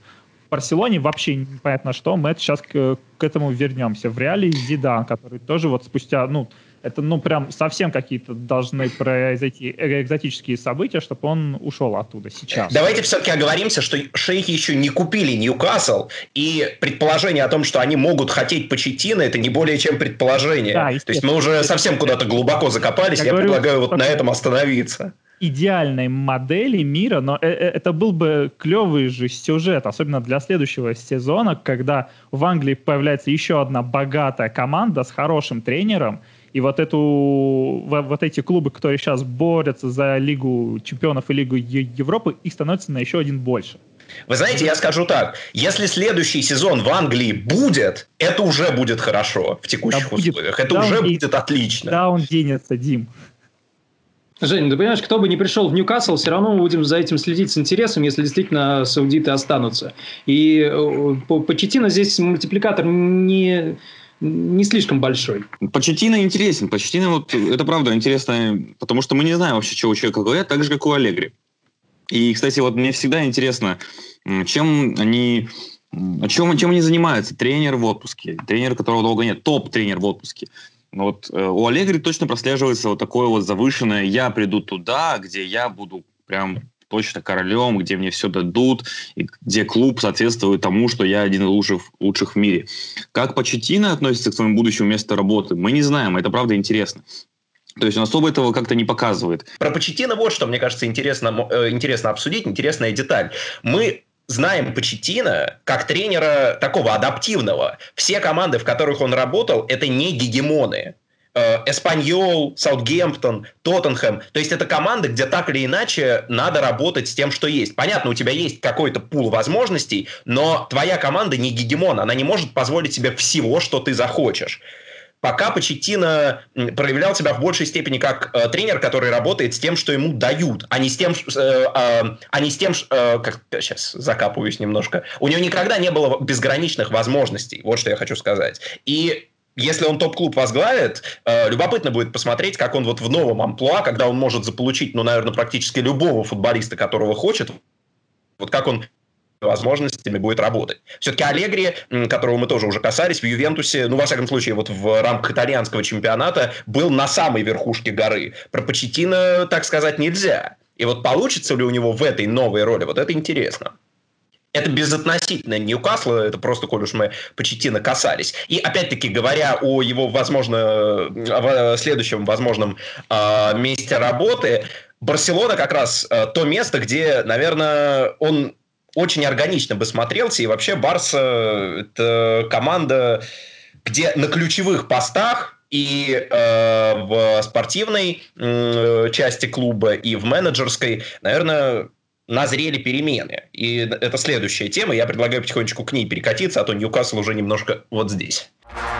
в Барселоне вообще непонятно что, мы это сейчас к, к этому вернемся. В Реале Зидан, который тоже вот спустя, ну, это, ну, прям совсем какие-то должны произойти экзотические события, чтобы он ушел оттуда сейчас. Давайте все-таки оговоримся, что шейхи еще не купили Ньюкасл, и предположение о том, что они могут хотеть Почеттино, это не более чем предположение. Да, то есть мы уже совсем куда-то глубоко закопались, я, я говорю, предлагаю вот на этом остановиться. Идеальной модели мира, но это был бы клевый же сюжет, особенно для следующего сезона, когда в Англии появляется еще одна богатая команда с хорошим тренером, и вот, эту, вот эти клубы, которые сейчас борются за Лигу чемпионов и Лигу Европы, их становится на еще один больше. Вы знаете, я скажу так, если следующий сезон в Англии будет, это уже будет хорошо в текущих да условиях, будет, это да уже он, будет отлично. Да, он денется, Дим. Жень, ты понимаешь, кто бы ни пришел в Ньюкасл, все равно мы будем за этим следить с интересом, если действительно саудиты останутся. И Почеттино здесь мультипликатор не... не слишком большой. Почеттино интересен. Почеттино, вот, это правда интересно, потому что мы не знаем вообще, что у человека говорят, так же, как у Аллегри. И, кстати, вот мне всегда интересно, чем они, чем, чем они занимаются. Тренер в отпуске, тренер, которого долго нет, топ-тренер в отпуске. Вот э, у Аллегри точно прослеживается вот такое вот завышенное «я приду туда, где я буду прям точно королем, где мне все дадут, и где клуб соответствует тому, что я один из лучших, лучших в мире». Как Почеттино относится к своему будущему месту работы, мы не знаем, это правда интересно. То есть он особо этого как-то не показывает. Про Почеттино вот что, мне кажется, интересно, э, интересно обсудить, интересная деталь. Мы знаем Почеттино как тренера такого адаптивного. Все команды, в которых он работал, это не гегемоны. Эспаньол, Саутгемптон, Тоттенхэм. То есть это команды, где так или иначе надо работать с тем, что есть. Понятно, у тебя есть какой-то пул возможностей, но твоя команда не гегемон. Она не может позволить себе всего, что ты захочешь. Пока Почеттино проявлял себя в большей степени как э, тренер, который работает с тем, что ему дают, а не с тем, э, э, а не с тем, э, как сейчас закапываюсь немножко. У него никогда не было безграничных возможностей. Вот что я хочу сказать. И если он топ-клуб возглавит, э, любопытно будет посмотреть, как он вот в новом амплуа, когда он может заполучить, ну, наверное, практически любого футболиста, которого хочет, вот как он возможностями будет работать. Все-таки Аллегри, которого мы тоже уже касались, в Ювентусе, ну, во всяком случае, вот в рамках итальянского чемпионата, был на самой верхушке горы. Про Почеттино так сказать нельзя. И вот получится ли у него в этой новой роли, вот это интересно. Это безотносительно Ньюкасла, это просто, коль уж мы Почеттино касались. И опять-таки, говоря о его, возможно, о следующем возможном э, месте работы, Барселона как раз э, то место, где, наверное, он очень органично бы смотрелся. И вообще Барса – это команда, где на ключевых постах и э, в спортивной э, части клуба, и в менеджерской, наверное, назрели перемены. И это следующая тема. Я предлагаю потихонечку к ней перекатиться, а то Ньюкасл уже немножко вот здесь.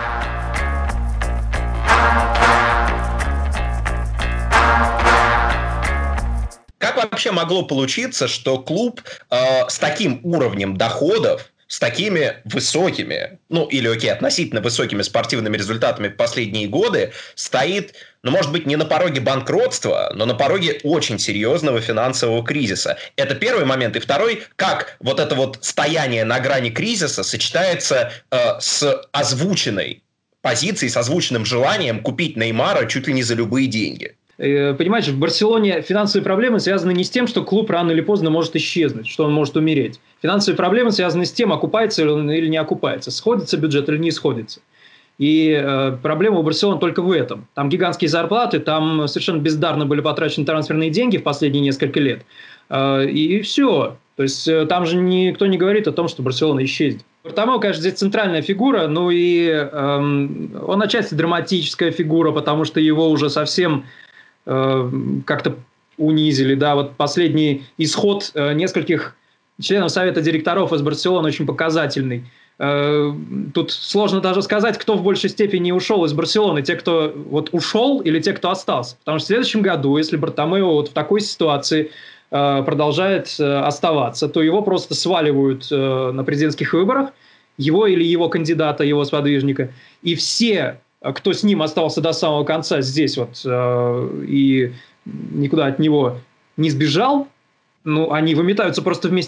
Как вообще могло получиться, что клуб э, с таким уровнем доходов, с такими высокими, ну или окей, относительно высокими спортивными результатами в последние годы стоит, ну может быть, не на пороге банкротства, но на пороге очень серьезного финансового кризиса? Это первый момент. И второй, как вот это вот стояние на грани кризиса сочетается э, с озвученной позицией, с озвученным желанием купить Неймара чуть ли не за любые деньги. Понимаете, в Барселоне финансовые проблемы связаны не с тем, что клуб рано или поздно может исчезнуть, что он может умереть. Финансовые проблемы связаны с тем, окупается он или не окупается, сходится бюджет или не сходится. И э, проблема у Барселоны только в этом. Там гигантские зарплаты, там совершенно бездарно были потрачены трансферные деньги в последние несколько лет. Э, и, и все. То есть э, там же никто не говорит о том, что Барселона исчезнет. Бартомео, конечно, здесь центральная фигура, ну и э, он отчасти драматическая фигура, потому что его уже совсем как-то унизили, да, вот последний исход э, нескольких членов Совета директоров из Барселоны очень показательный. Э, тут сложно даже сказать, кто в большей степени ушел из Барселоны, те, кто вот ушел или те, кто остался. Потому что в следующем году, если Бартомео вот в такой ситуации э, продолжает э, оставаться, то его просто сваливают э, на президентских выборах, его или его кандидата, его сподвижника, и все, кто с ним остался до самого конца здесь вот э, и никуда от него не сбежал, ну, они выметаются просто вместе с ним.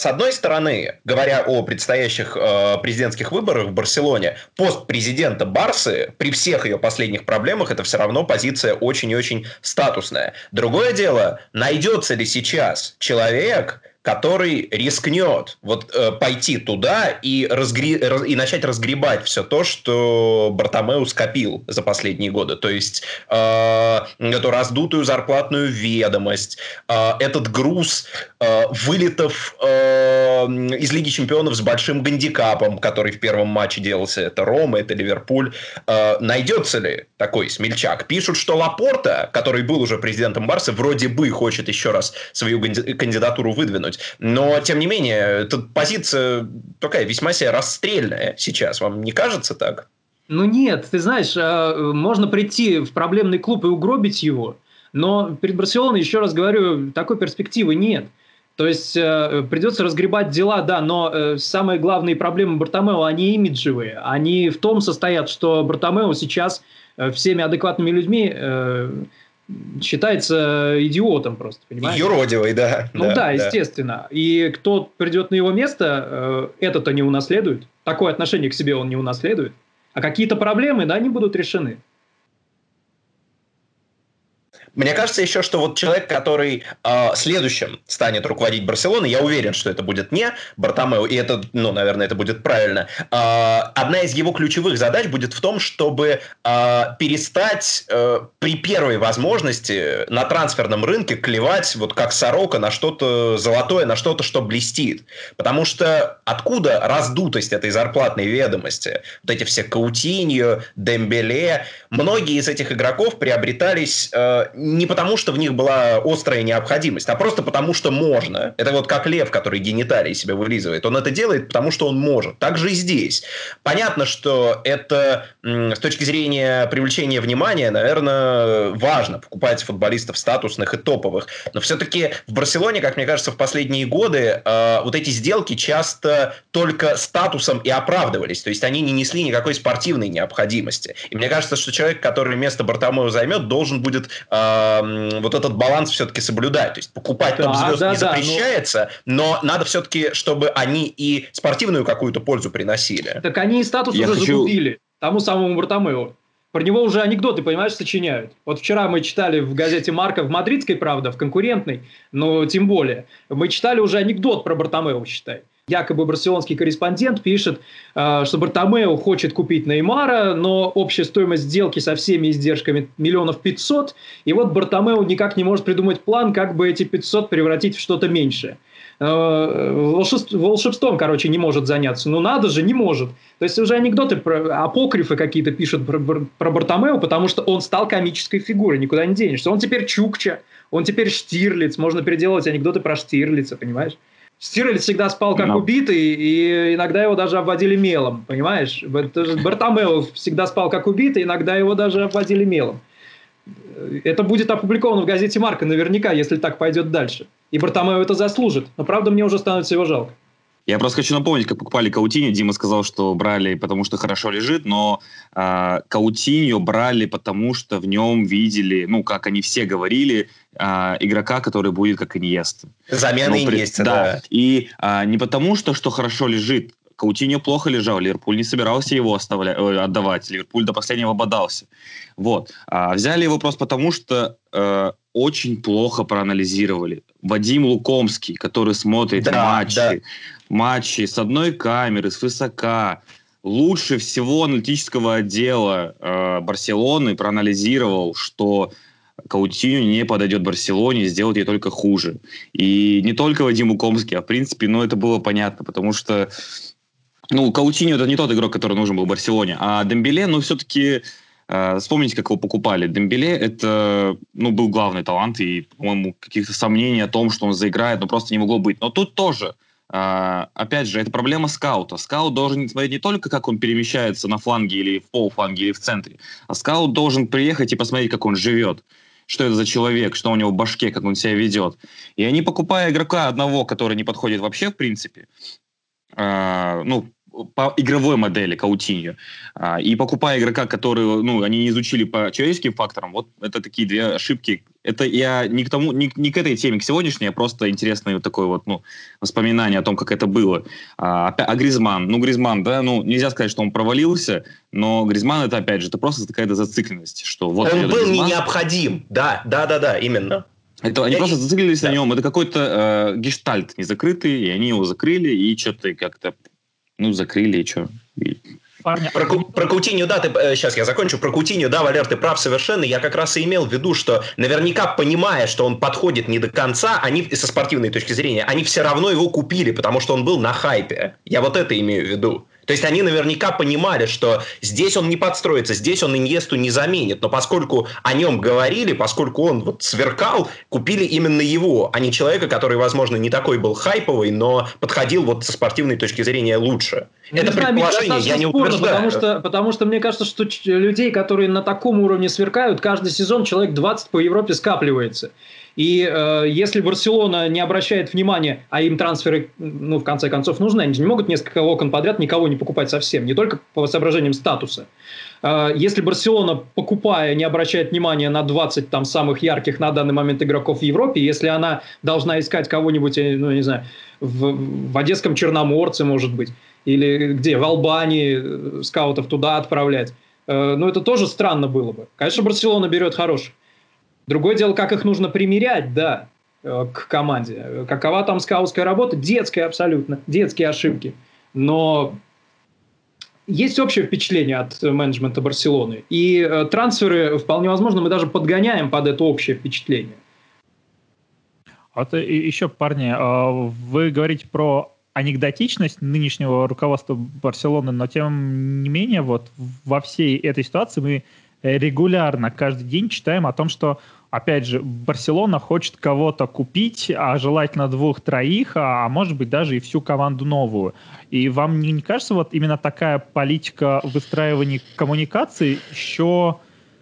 с одной стороны, говоря о предстоящих э, президентских выборах в Барселоне, пост президента Барсы при всех ее последних проблемах это все равно позиция очень и очень статусная. Другое дело, найдется ли сейчас человек, который рискнет вот э, пойти туда и, разгри... раз... и начать разгребать все то, что Бартомеу скопил за последние годы. То есть э, эту раздутую зарплатную ведомость, э, этот груз э, вылетов э, из Лиги Чемпионов с большим гандикапом, который в первом матче делался. Это Рома, это Ливерпуль. Э, найдется ли такой смельчак? Пишут, что Лапорта, который был уже президентом Барсы, вроде бы хочет еще раз свою кандидатуру выдвинуть. Но, тем не менее, тут позиция такая весьма себе расстрельная сейчас. Вам не кажется так? Ну нет, ты знаешь, можно прийти в проблемный клуб и угробить его, но перед Барселоной, еще раз говорю, такой перспективы нет. То есть придется разгребать дела, да, но самые главные проблемы Бартомеу, они имиджевые. Они в том состоят, что Бартомеу сейчас всеми адекватными людьми считается идиотом просто, понимаешь? Юродивый, да. Ну да, да, естественно. И кто придет на его место, это-то не унаследует. Такое отношение к себе он не унаследует. А какие-то проблемы, да, они будут решены. Мне кажется еще, что вот человек, который э, следующим станет руководить Барселоной, я уверен, что это будет не Бартомеу, и это, ну, наверное, это будет правильно. Э, одна из его ключевых задач будет в том, чтобы э, перестать э, при первой возможности на трансферном рынке клевать вот как сорока на что-то золотое, на что-то, что блестит. Потому что откуда раздутость этой зарплатной ведомости? Вот эти все Каутиньо, Дембеле, многие из этих игроков приобретались э, не потому, что в них была острая необходимость, а просто потому, что можно. Это вот как лев, который гениталии себе вылизывает. Он это делает, потому что он может. Так же и здесь. Понятно, что это с точки зрения привлечения внимания, наверное, важно покупать футболистов статусных и топовых. Но все-таки в Барселоне, как мне кажется, в последние годы э, вот эти сделки часто только статусом и оправдывались. То есть они не несли никакой спортивной необходимости. И мне кажется, что человек, который место Бартомеу займет, должен будет э, вот этот баланс все-таки соблюдать. То есть покупать да, топ-звезд да, не запрещается, да, но... но надо все-таки, чтобы они и спортивную какую-то пользу приносили. Так они и статус Я уже хочу... загубили тому самому Бартомеу. Про него уже анекдоты, понимаешь, сочиняют. Вот вчера мы читали в газете «Марка», в мадридской, правда, в конкурентной, но тем более. Мы читали уже анекдот про Бартомеу, считай. Якобы барселонский корреспондент пишет, что Бартомеу хочет купить Неймара, но общая стоимость сделки со всеми издержками миллионов пятьсот. И вот Бартомеу никак не может придумать план, как бы эти пятьсот превратить в что-то меньшее. Волшебством, короче, не может заняться. Ну надо же, не может. То есть уже анекдоты, про, апокрифы какие-то пишут про, про Бартомеу, потому что он стал комической фигурой, никуда не денешься. Он теперь Чукча, он теперь Штирлиц. Можно переделывать анекдоты про Штирлица, понимаешь? Штирлиц всегда спал как no. убитый, и иногда его даже обводили мелом, понимаешь? Бартомеу всегда спал как убитый, иногда его даже обводили мелом. Это будет опубликовано в газете «Марка» наверняка, если так пойдет дальше. И Бартомеу это заслужит. Но, правда, мне уже становится его жалко. Я просто хочу напомнить, как покупали Каутиньо. Дима сказал, что брали, потому что хорошо лежит, но э, Каутиньо брали, потому что в нем видели, ну, как они все говорили, э, игрока, который будет как Иньеста. Замена Иньеста, да. да. И э, не потому, что, что хорошо лежит. Каутиньо плохо лежал, Ливерпуль не собирался его оставлять, отдавать, Ливерпуль до последнего бодался. Вот. А взяли его просто потому, что э, очень плохо проанализировали. Вадим Лукомский, который смотрит да, матчи, да. матчи с одной камеры, с высока, лучше всего аналитического отдела э, Барселоны проанализировал, что Каутиньо не подойдет Барселоне, сделает ей только хуже. И не только Вадим Лукомский, а в принципе, ну, это было понятно, потому что ну, Каутиньо это не тот игрок, который нужен был в Барселоне, а Дембеле, ну, все-таки э, вспомните, как его покупали. Дембеле это, ну, был главный талант, и, по-моему, каких-то сомнений о том, что он заиграет, ну, просто не могло быть. Но тут тоже, э, опять же, это проблема скаута. Скаут должен смотреть не только, как он перемещается на фланге или в полуфланге, или в центре, а скаут должен приехать и посмотреть, как он живет. Что это за человек, что у него в башке, как он себя ведет. И они, покупая игрока одного, который не подходит вообще, в принципе, э, ну, по игровой модели Каутиньо. А, и покупая игрока, который, ну, они не изучили по человеческим факторам, вот это такие две ошибки. Это я не к тому, не, не к этой теме, к сегодняшней, а просто интересное вот такое вот, ну, воспоминание о том, как это было. А, а Гризманн, ну, Гризманн, да, ну, нельзя сказать, что он провалился, но Гризманн это, опять же, это просто какая-то зацикленность, что вот... Он был Гризманн, не необходим, да, да, да, да, именно. Это, они Я просто не... зациклились да. на нем, это какой-то э, гештальт незакрытый, и они его закрыли, и что-то как-то, ну, закрыли, и что... Парни, Про, про Каутиньо, да, ты, э, сейчас я закончу. Про Каутиньо, да, Валер, ты прав совершенно. Я как раз и имел в виду, что наверняка, понимая, что он подходит не до конца, они, со спортивной точки зрения, они все равно его купили, потому что он был на хайпе. Я вот это имею в виду. То есть они наверняка понимали, что здесь он не подстроится, здесь он Иньесту не заменит. Но поскольку о нем говорили, поскольку он вот сверкал, купили именно его, а не человека, который, возможно, не такой был хайповый, но подходил вот со спортивной точки зрения лучше. Ну, это знаю, предположение, я не спорно, утверждаю. Потому что, потому что мне кажется, что людей, которые на таком уровне сверкают, каждый сезон человек двадцать по Европе скапливается. И э, если Барселона не обращает внимания, а им трансферы, ну, в конце концов, нужны, они же не могут несколько окон подряд никого не покупать совсем, не только по соображениям статуса. Э, если Барселона, покупая, не обращает внимания на двадцать там, самых ярких на данный момент игроков в Европе, если она должна искать кого-нибудь, ну, не знаю, в, в Одесском Черноморце, может быть, или где, в Албании скаутов туда отправлять, э, ну, это тоже странно было бы. Конечно, Барселона берет хороших. Другое дело, как их нужно примерять, да, к команде. Какова там скаутская работа? Детская абсолютно, детские ошибки. Но есть общее впечатление от менеджмента Барселоны. И э, трансферы, вполне возможно, мы даже подгоняем под это общее впечатление. Вот еще, парни, вы говорите про анекдотичность нынешнего руководства Барселоны, но тем не менее, вот во всей этой ситуации мы регулярно, каждый день читаем о том, что, опять же, Барселона хочет кого-то купить, а желательно двух-троих, а, а может быть даже и всю команду новую. И вам не, не кажется, вот именно такая политика выстраивания коммуникаций еще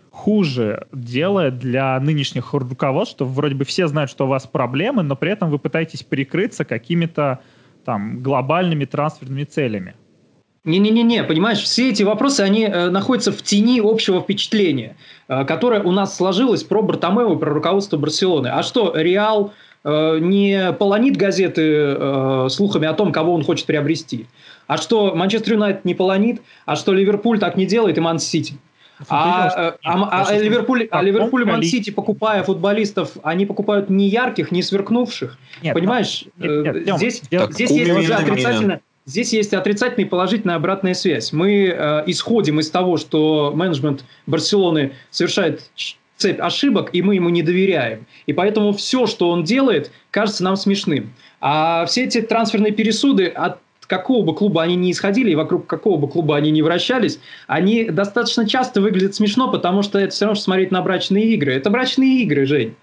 хуже делает для нынешних руководств, что вроде бы все знают, что у вас проблемы, но при этом вы пытаетесь прикрыться какими-то там глобальными трансферными целями? Не-не-не, понимаешь, все эти вопросы, они э, находятся в тени общего впечатления, э, которое у нас сложилось про Бартомеу и про руководство Барселоны. А что, Реал э, не полонит газеты э, слухами о том, кого он хочет приобрести? А что, Манчестер Юнайтед не полонит? А что, Ливерпуль так не делает и Ман-Сити? А, а, а, а Ливерпуль, а Ливерпуль и Ман-Сити, покупая футболистов, они покупают не ярких, не сверкнувших. Нет, Понимаешь, нет, нет, э, здесь, так, здесь есть уже отрицательно... Здесь есть отрицательная и положительная обратная связь. Мы э, исходим из того, что менеджмент Барселоны совершает цепь ошибок, и мы ему не доверяем. И поэтому все, что он делает, кажется нам смешным. А все эти трансферные пересуды, от какого бы клуба они ни исходили, и вокруг какого бы клуба они ни вращались, они достаточно часто выглядят смешно, потому что это все равно, что смотреть на брачные игры. Это брачные игры, Жень.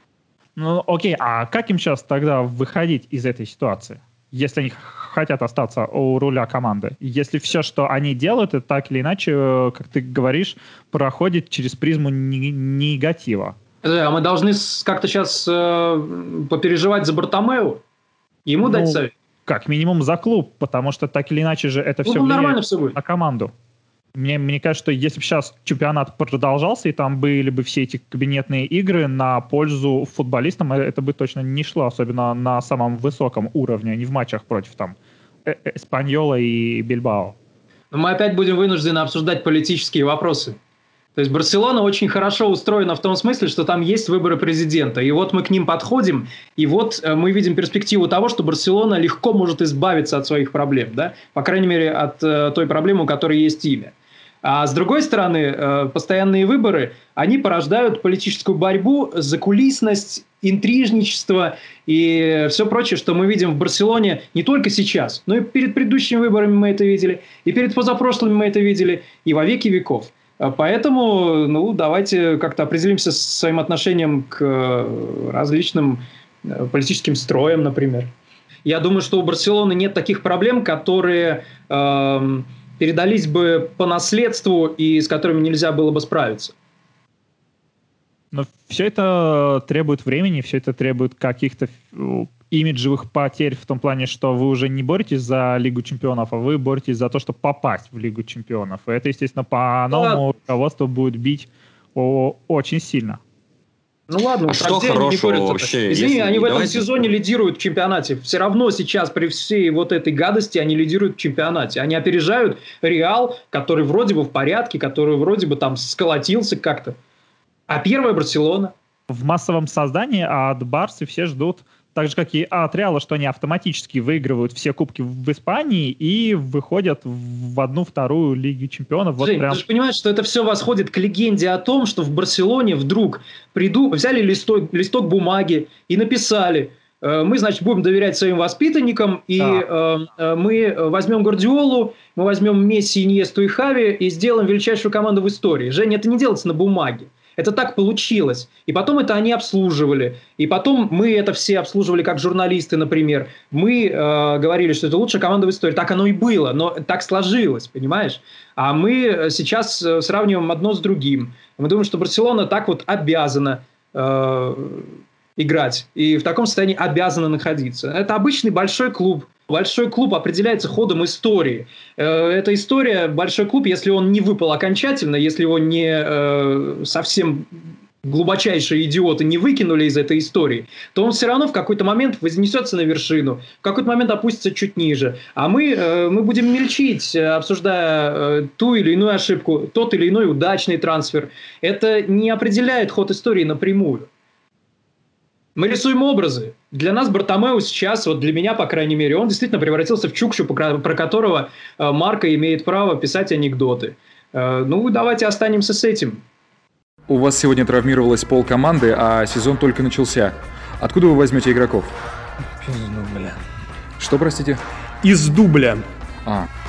Ну, окей, а как им сейчас тогда выходить из этой ситуации? Если они хотят остаться у руля команды. Если все, что они делают, это так или иначе, как ты говоришь, проходит через призму негатива. А мы должны как-то сейчас э, попереживать за Бартомеу? Ему ну, дать совет? Как минимум за клуб, потому что так или иначе же это ну, все влияет все на команду. Мне, мне кажется, что если бы сейчас чемпионат продолжался, и там были бы все эти кабинетные игры на пользу футболистам, это бы точно не шло, особенно на самом высоком уровне, не в матчах против там Эспаньола и Бильбао. Но мы опять будем вынуждены обсуждать политические вопросы. То есть Барселона очень хорошо устроена в том смысле, что там есть выборы президента. И вот мы к ним подходим, и вот мы видим перспективу того, что Барселона легко может избавиться от своих проблем. Да? По крайней мере, от э, той проблемы, у которой есть имя. А с другой стороны, э, постоянные выборы, они порождают политическую борьбу, закулисность, интрижничество и все прочее, что мы видим в Барселоне не только сейчас, но и перед предыдущими выборами мы это видели, и перед позапрошлыми мы это видели, и во веки веков. Поэтому, ну, давайте как-то определимся с своим отношением к различным политическим строям, например. Я думаю, что у Барселоны нет таких проблем, которые э, передались бы по наследству и с которыми нельзя было бы справиться. Но все это требует времени, все это требует каких-то имиджевых потерь в том плане, что вы уже не боретесь за Лигу чемпионов, а вы боретесь за то, чтобы попасть в Лигу чемпионов. И это, естественно, по новому руководству будет бить о- очень сильно. Ну ладно, а что хорошего вообще? Извини, они в этом сезоне лидируют в чемпионате. Все равно сейчас при всей вот этой гадости они лидируют в чемпионате. Они опережают Реал, который вроде бы в порядке, который вроде бы там сколотился как-то. А первая Барселона. В массовом создании от Барсы все ждут, так же, как и от Реала, что они автоматически выигрывают все кубки в Испании и выходят в одну-вторую Лигу чемпионов. Вот Жень, прям... ты же понимаешь, что это все восходит к легенде о том, что в Барселоне вдруг приду, взяли листок, листок бумаги и написали: мы, значит, будем доверять своим воспитанникам, и да. э, мы возьмем Гвардиолу, мы возьмем Месси, Иньесту и Хави и сделаем величайшую команду в истории. Жень, это не делается на бумаге. Это так получилось. И потом это они обслуживали. И потом мы это все обслуживали как журналисты, например. Мы э, говорили, что это лучшая команда в истории. Так оно и было, но так сложилось, понимаешь? А мы сейчас сравниваем одно с другим. Мы думаем, что Барселона так вот обязана э, играть. И в таком состоянии обязана находиться. Это обычный большой клуб. Большой клуб определяется ходом истории. Эта история, большой клуб, если он не выпал окончательно, если его не э, совсем глубочайшие идиоты не выкинули из этой истории, то он все равно в какой-то момент вознесется на вершину, в какой-то момент опустится чуть ниже. А мы, э, мы будем мельчить, обсуждая э, ту или иную ошибку, тот или иной удачный трансфер. Это не определяет ход истории напрямую. Мы рисуем образы. Для нас Бартомеу сейчас, вот для меня, по крайней мере, он действительно превратился в чукчу, про которого Марка имеет право писать анекдоты. Ну, давайте останемся с этим. У вас сегодня травмировалась полкоманды, а сезон только начался. Откуда вы возьмете игроков? Из дубля. Что, простите? Из дубля. А.